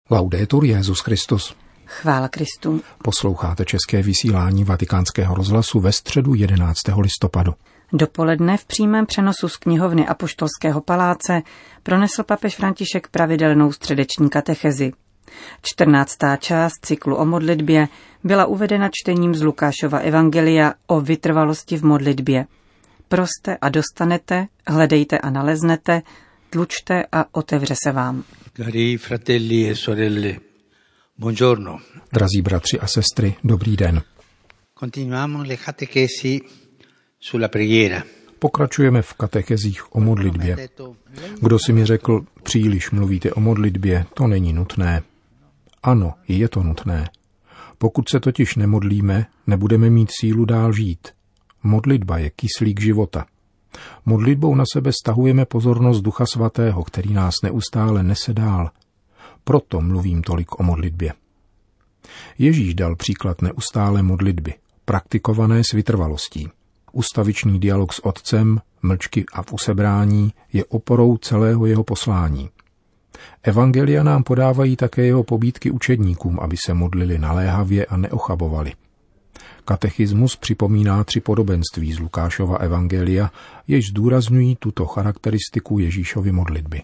Laudetur Jesus Christus. Chvála Kristu. Posloucháte české vysílání Vatikánského rozhlasu ve středu 11. listopadu. Dopoledne v přímém přenosu z knihovny Apoštolského paláce pronesl papež František pravidelnou středeční katechezi. 14. část cyklu o modlitbě byla uvedena čtením z Lukášova evangelia o vytrvalosti v modlitbě. Proste a dostanete, hledejte a naleznete, tlučte a otevře se vám. Cari fratelli e sorelle, buongiorno. Drazí bratři a sestry, dobrý den. Continuiamo le catechesi sulla preghiera. Pokračujeme v katechezích o modlitbě. Kdo si mi řekl, příliš mluvíte o modlitbě, to není nutné. Ano, je to nutné. Pokud se totiž nemodlíme, nebudeme mít sílu dál žít. Modlitba je kyslík života. Modlitbou na sebe stahujeme pozornost Ducha Svatého, který nás neustále nese dál. Proto mluvím tolik o modlitbě. Ježíš dal příklad neustálé modlitby, praktikované s vytrvalostí. Ustavičný dialog s Otcem, mlčky a v usebrání je oporou celého jeho poslání. Evangelia nám podávají také jeho pobídky učedníkům, aby se modlili naléhavě a neochabovali. Katechismus připomíná 3 podobenství z Lukášova evangelia, jež zdůrazňují tuto charakteristiku Ježíšovy modlitby.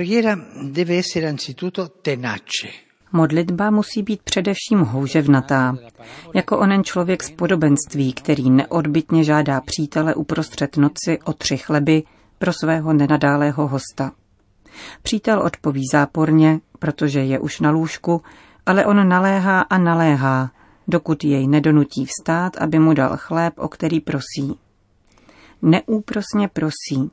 Modlitba musí být především houževnatá, jako onen člověk z podobenství, který neodbytně žádá přítele uprostřed noci o 3 chleby pro svého nenadálého hosta. Přítel odpoví záporně, protože je už na lůžku, ale on naléhá a naléhá, dokud jej nedonutí vstát, aby mu dal chléb, o který prosí. Neúprosně prosí.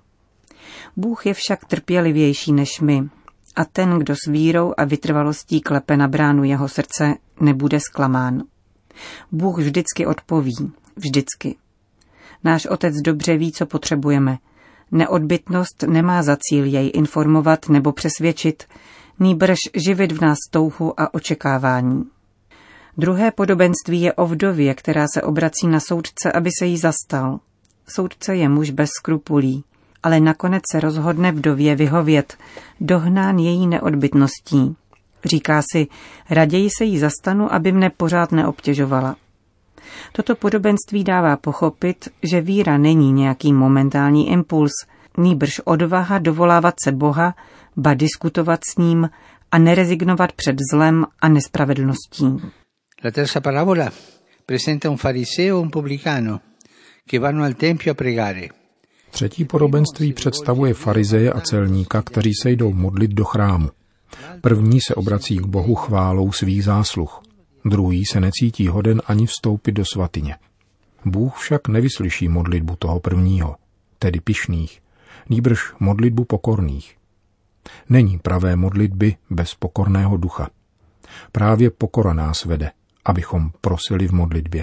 Bůh je však trpělivější než my a ten, kdo s vírou a vytrvalostí klepe na bránu jeho srdce, nebude zklamán. Bůh vždycky odpoví, vždycky. Náš Otec dobře ví, co potřebujeme. Neodbytnost nemá za cíl jej informovat nebo přesvědčit, nýbrž živit v nás touhu a očekávání. Druhé podobenství je o vdově, která se obrací na soudce, aby se jí zastal. Soudce je muž bez skrupulí, ale nakonec se rozhodne vdově vyhovět, dohnán její neodbytností. Říká si, raději se jí zastanu, aby mne pořád neobtěžovala. Toto podobenství dává pochopit, že víra není nějaký momentální impuls, nýbrž odvaha dovolávat se Boha, ba diskutovat s ním a nerezignovat před zlem a nespravedlností. La terza parabola presenta un fariseo e un publicano che vanno al tempio a pregare. 3. podobenství představuje farizeje a celníka, kteří se jdou modlit do chrámu. První se obrací k Bohu chválou svých zásluh. Druhý se necítí hoden ani vstoupit do svatyně. Bůh však nevyslyší modlitbu toho prvního, tedy pyšných, nýbrž modlitbu pokorných. Není pravé modlitby bez pokorného ducha. Právě pokora nás vede, abychom prosili v modlitbě.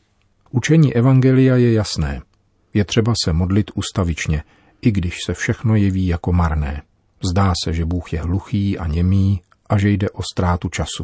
Učení evangelia je jasné. Je třeba se modlit ustavičně, i když se všechno jeví jako marné. Zdá se, že Bůh je hluchý a němý a že jde o ztrátu času.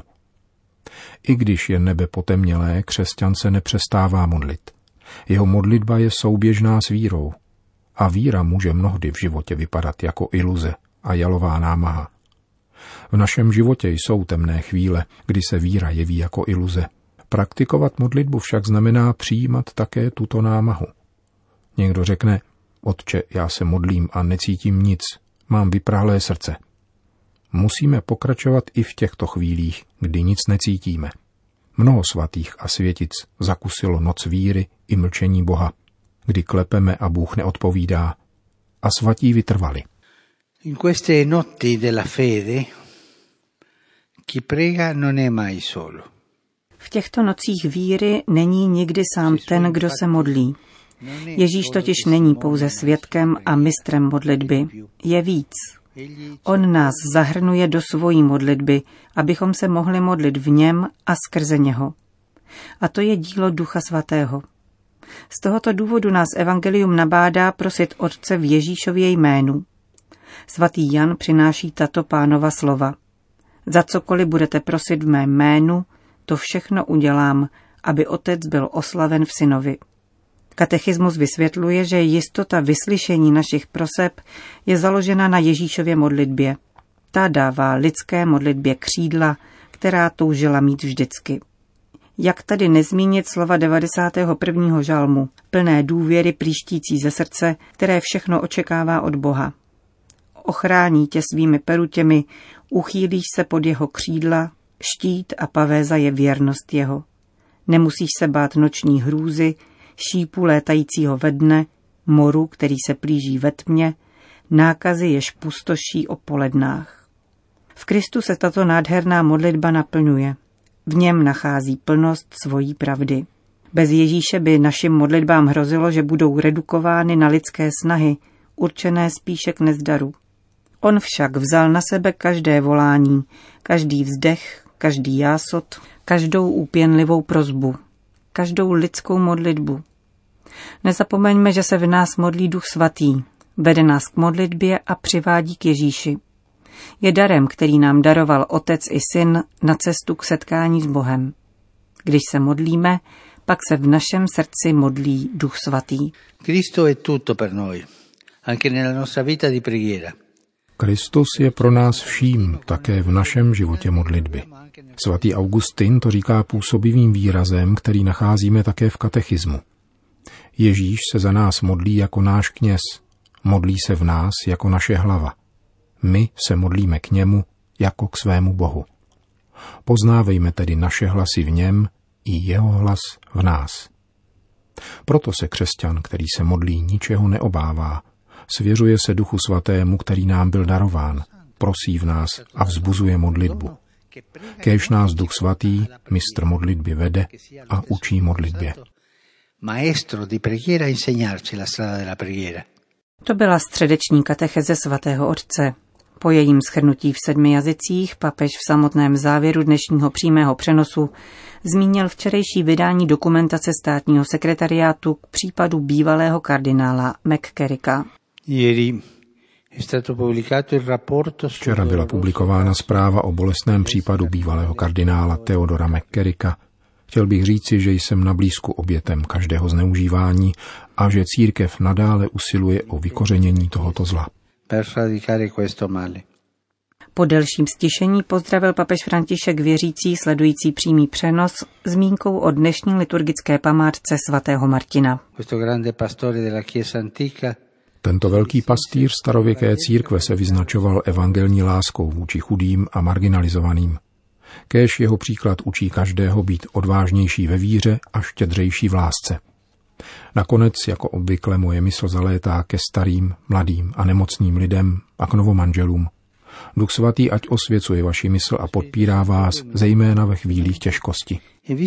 I když je nebe potemnělé, křesťan se nepřestává modlit. Jeho modlitba je souběžná s vírou. A víra může mnohdy v životě vypadat jako iluze a jalová námaha. V našem životě jsou temné chvíle, kdy se víra jeví jako iluze. Praktikovat modlitbu však znamená přijímat také tuto námahu. Někdo řekne, Otče, já se modlím a necítím nic, mám vyprahlé srdce. Musíme pokračovat i v těchto chvílích, kdy nic necítíme. Mnoho svatých a světic zakusilo noc víry i mlčení Boha, kdy klepeme a Bůh neodpovídá. A svatí vytrvali. In queste notti della fede, chi prega non è mai solo. V těchto nocích víry není nikdy sám ten, kdo se modlí. Ježíš totiž není pouze svědkem a mistrem modlitby, je víc. On nás zahrnuje do svojí modlitby, abychom se mohli modlit v něm a skrze něho. A to je dílo Ducha Svatého. Z tohoto důvodu nás evangelium nabádá prosit Otce v Ježíšově jménu. Svatý Jan přináší tato Pánova slova. Za cokoliv budete prosit v mém jménu, to všechno udělám, aby Otec byl oslaven v Synovi. Katechismus vysvětluje, že jistota vyslyšení našich proseb je založena na Ježíšově modlitbě. Ta dává lidské modlitbě křídla, která toužila mít vždycky. Jak tady nezmínit slova 91. žalmu, plné důvěry plíštící ze srdce, které všechno očekává od Boha. Ochrání tě svými perutěmi, uchýlíš se pod jeho křídla, štít a pavéza je věrnost jeho. Nemusíš se bát noční hrůzy, šípu létajícího ve dne, moru, který se plíží ve tmě, nákazy jež pustoší o polednách. V Kristu se tato nádherná modlitba naplňuje. V něm nachází plnost svojí pravdy. Bez Ježíše by našim modlitbám hrozilo, že budou redukovány na lidské snahy, určené spíše k nezdaru. On však vzal na sebe každé volání, každý vzdech, každý jásot, každou úpěnlivou prosbu, každou lidskou modlitbu. Nezapomeňme, že se v nás modlí Duch Svatý, vede nás k modlitbě a přivádí k Ježíši. Je darem, který nám daroval Otec i Syn na cestu k setkání s Bohem. Když se modlíme, pak se v našem srdci modlí Duch Svatý. Cristo è tutto per noi, anche nella nostra vita di preghiera. Kristus je pro nás vším, také v našem životě modlitby. Svatý Augustin to říká působivým výrazem, který nacházíme také v katechismu. Ježíš se za nás modlí jako náš kněz, modlí se v nás jako naše hlava. My se modlíme k němu jako k svému Bohu. Poznávejme tedy naše hlasy v něm i jeho hlas v nás. Proto se křesťan, který se modlí, ničeho neobává, svěřuje se Duchu Svatému, který nám byl darován, prosí v nás a vzbuzuje modlitbu. Kéž nás Duch Svatý, mistr modlitby, vede a učí modlitbě. To byla středeční katecheze svatého otce. Po jejím shrnutí v 7 jazycích papež v samotném závěru dnešního přímého přenosu zmínil včerejší vydání dokumentace státního sekretariátu k případu bývalého kardinála McCarricka. Včera byla publikována zpráva o bolestném případu bývalého kardinála Theodora McCarricka. Chtěl bych říci, že jsem na blízku obětem každého zneužívání a že církev nadále usiluje o vykořenění tohoto zla. Po delším stišení pozdravil papež František věřící sledující přímý přenos zmínkou o dnešní liturgické památce svatého Martina. Tento velký pastýř starověké církve se vyznačoval evangelní láskou vůči chudým a marginalizovaným. Kéž jeho příklad učí každého být odvážnější ve víře a štědřejší v lásce. Nakonec, jako obvykle, moje mysl zalétá ke starým, mladým a nemocným lidem a k novomanželům. Duch Svatý ať osvěcuje vaši mysl a podpírá vás, zejména ve chvílích těžkosti.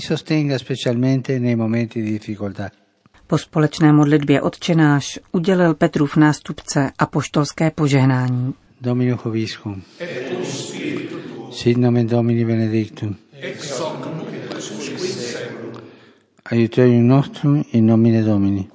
Po společné modlitbě Otčenáš udělil Petrův nástupce apoštolské požehnání. Domino Hoviscum. Sit nomen Domini benedictum. Aiuterium nostrum in nomine Domini.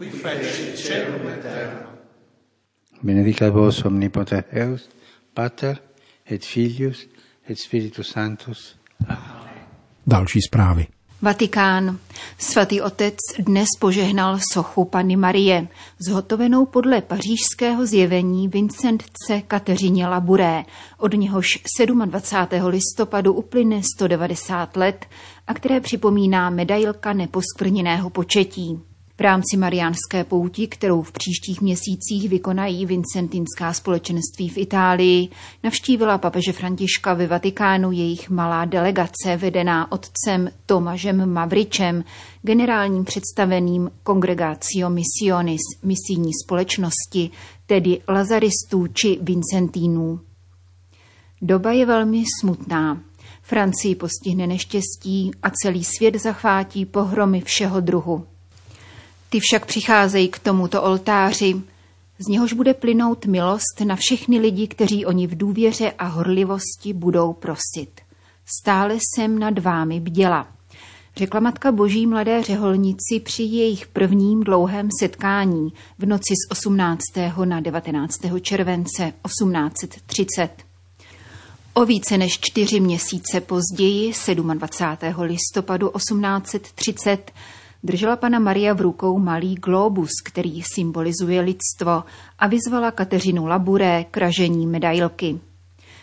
Benedicat vos omnipotens Deus, Pater et Filius et Spiritus Sanctus. Další zprávy. Vatikán. Svatý otec dnes požehnal sochu Panny Marie, zhotovenou podle pařížského zjevení Vincentce Kateřině Labouré, od něhož 27. listopadu uplyne 190 let a které připomíná medailka neposkvrněného početí. V rámci mariánské pouti, kterou v příštích měsících vykonají vincentinská společenství v Itálii, navštívila papeže Františka ve Vatikánu jejich malá delegace vedená otcem Tomášem Mavričem, generálním představeným Congregatio Missionis, misijní společnosti, tedy lazaristů či vincentínů. Doba je velmi smutná. Francii postihne neštěstí a celý svět zachvátí pohromy všeho druhu. Ty však přicházejí k tomuto oltáři, z něhož bude plynout milost na všechny lidi, kteří o ní v důvěře a horlivosti budou prosit. Stále jsem nad vámi bděla, řekla Matka Boží mladé řeholnici při jejich prvním dlouhém setkání v noci z 18. na 19. července 1830. O více než 4 měsíce později, 27. listopadu 1830, držela Panna Maria v rukou malý glóbus, který symbolizuje lidstvo, a vyzvala Kateřinu Labouré k ražení medailky.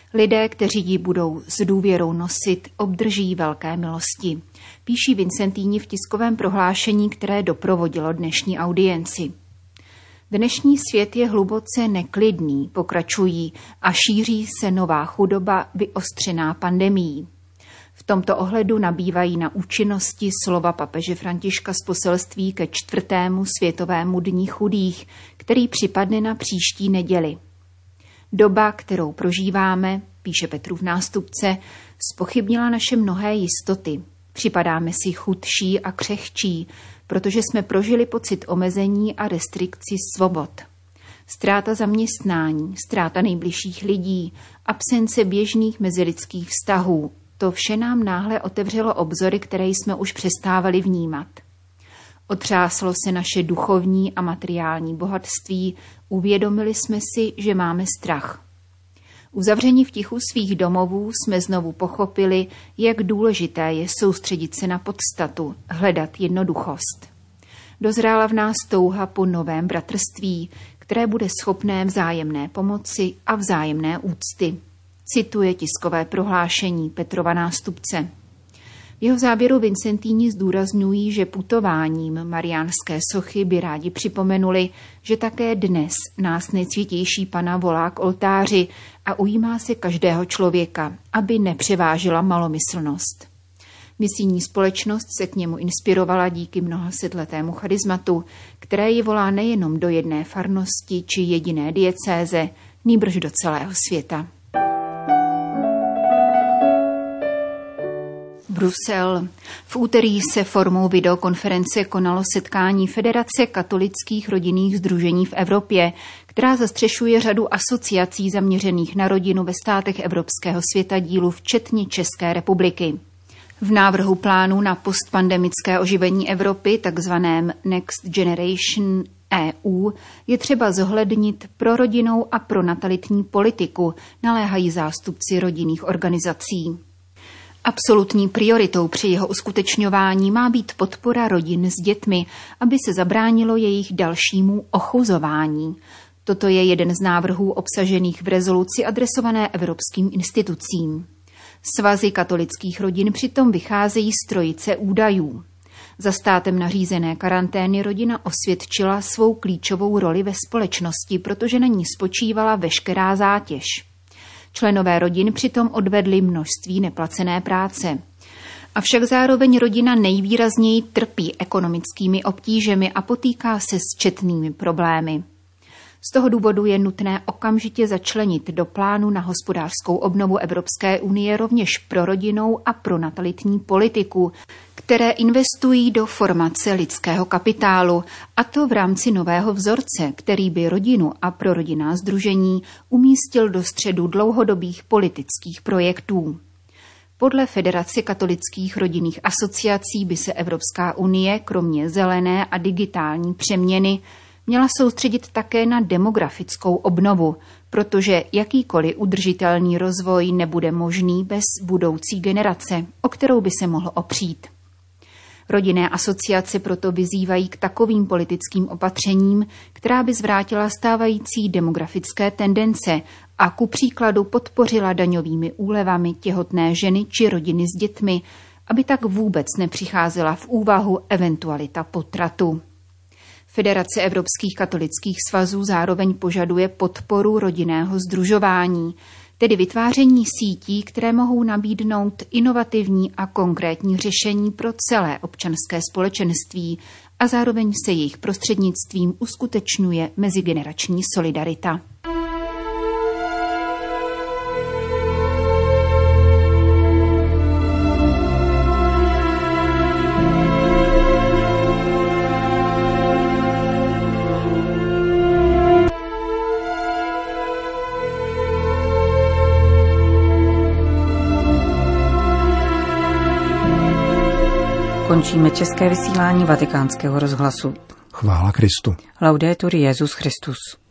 Lidé, kteří ji budou s důvěrou nosit, obdrží velké milosti, píší Vincentíni v tiskovém prohlášení, které doprovodilo dnešní audienci. Dnešní svět je hluboce neklidný, pokračují, a šíří se nová chudoba vyostřená pandemií. V tomto ohledu nabývají na účinnosti slova papeže Františka z poselství ke 4. světovému dni chudých, který připadne na příští neděli. Doba, kterou prožíváme, píše Petrův nástupce, zpochybnila naše mnohé jistoty. Připadáme si chudší a křehčí, protože jsme prožili pocit omezení a restrikci svobod. Ztráta zaměstnání, ztráta nejbližších lidí, absence běžných mezilidských vztahů, to vše nám náhle otevřelo obzory, které jsme už přestávali vnímat. Otřáslo se naše duchovní a materiální bohatství, uvědomili jsme si, že máme strach. Uzavřeni v tichu svých domovů jsme znovu pochopili, jak důležité je soustředit se na podstatu, hledat jednoduchost. Dozrála v nás touha po novém bratrství, které bude schopné vzájemné pomoci a vzájemné úcty. Cituje tiskové prohlášení Petrova nástupce. V jeho závěru Vincentíni zdůrazňují, že putováním mariánské sochy by rádi připomenuli, že také dnes nás nejsvětější Pana volá k oltáři a ujímá se každého člověka, aby nepřevážila malomyslnost. Misijní společnost se k němu inspirovala díky mnohasetletému charizmatu, které ji volá nejenom do jedné farnosti či jediné diecéze, nýbrž do celého světa. Brusel. V úterý se formou videokonference konalo setkání Federace katolických rodinných sdružení v Evropě, která zastřešuje řadu asociací zaměřených na rodinu ve státech evropského světadílu, včetně České republiky. V návrhu plánu na postpandemické oživení Evropy, takzvaném Next Generation EU, je třeba zohlednit prorodinnou a pronatalitní politiku, naléhají zástupci rodinných organizací. Absolutní prioritou při jeho uskutečňování má být podpora rodin s dětmi, aby se zabránilo jejich dalšímu ochuzování. Toto je jeden z návrhů obsažených v rezoluci adresované evropským institucím. Svazy katolických rodin přitom vycházejí z trojice údajů. Za státem nařízené karantény rodina osvědčila svou klíčovou roli ve společnosti, protože na ní spočívala veškerá zátěž. Členové rodin přitom odvedli množství neplacené práce. Avšak zároveň rodina nejvýrazněji trpí ekonomickými obtížemi a potýká se s četnými problémy. Z toho důvodu je nutné okamžitě začlenit do plánu na hospodářskou obnovu Evropské unie rovněž prorodinnou a pronatalitní politiku, které investují do formace lidského kapitálu, a to v rámci nového vzorce, který by rodinu a prorodinná sdružení umístil do středu dlouhodobých politických projektů. Podle Federace katolických rodinných asociací by se Evropská unie, kromě zelené a digitální přeměny, měla soustředit také na demografickou obnovu, protože jakýkoliv udržitelný rozvoj nebude možný bez budoucí generace, o kterou by se mohl opřít. Rodinné asociace proto vyzývají k takovým politickým opatřením, která by zvrátila stávající demografické tendence a ku příkladu podpořila daňovými úlevami těhotné ženy či rodiny s dětmi, aby tak vůbec nepřicházela v úvahu eventualita potratu. Federace evropských katolických svazů zároveň požaduje podporu rodinného sdružování, tedy vytváření sítí, které mohou nabídnout inovativní a konkrétní řešení pro celé občanské společenství a zároveň se jejich prostřednictvím uskutečňuje mezigenerační solidarita. Končíme české vysílání Vatikánského rozhlasu. Chvála Kristu. Laudetur Jesus Christus.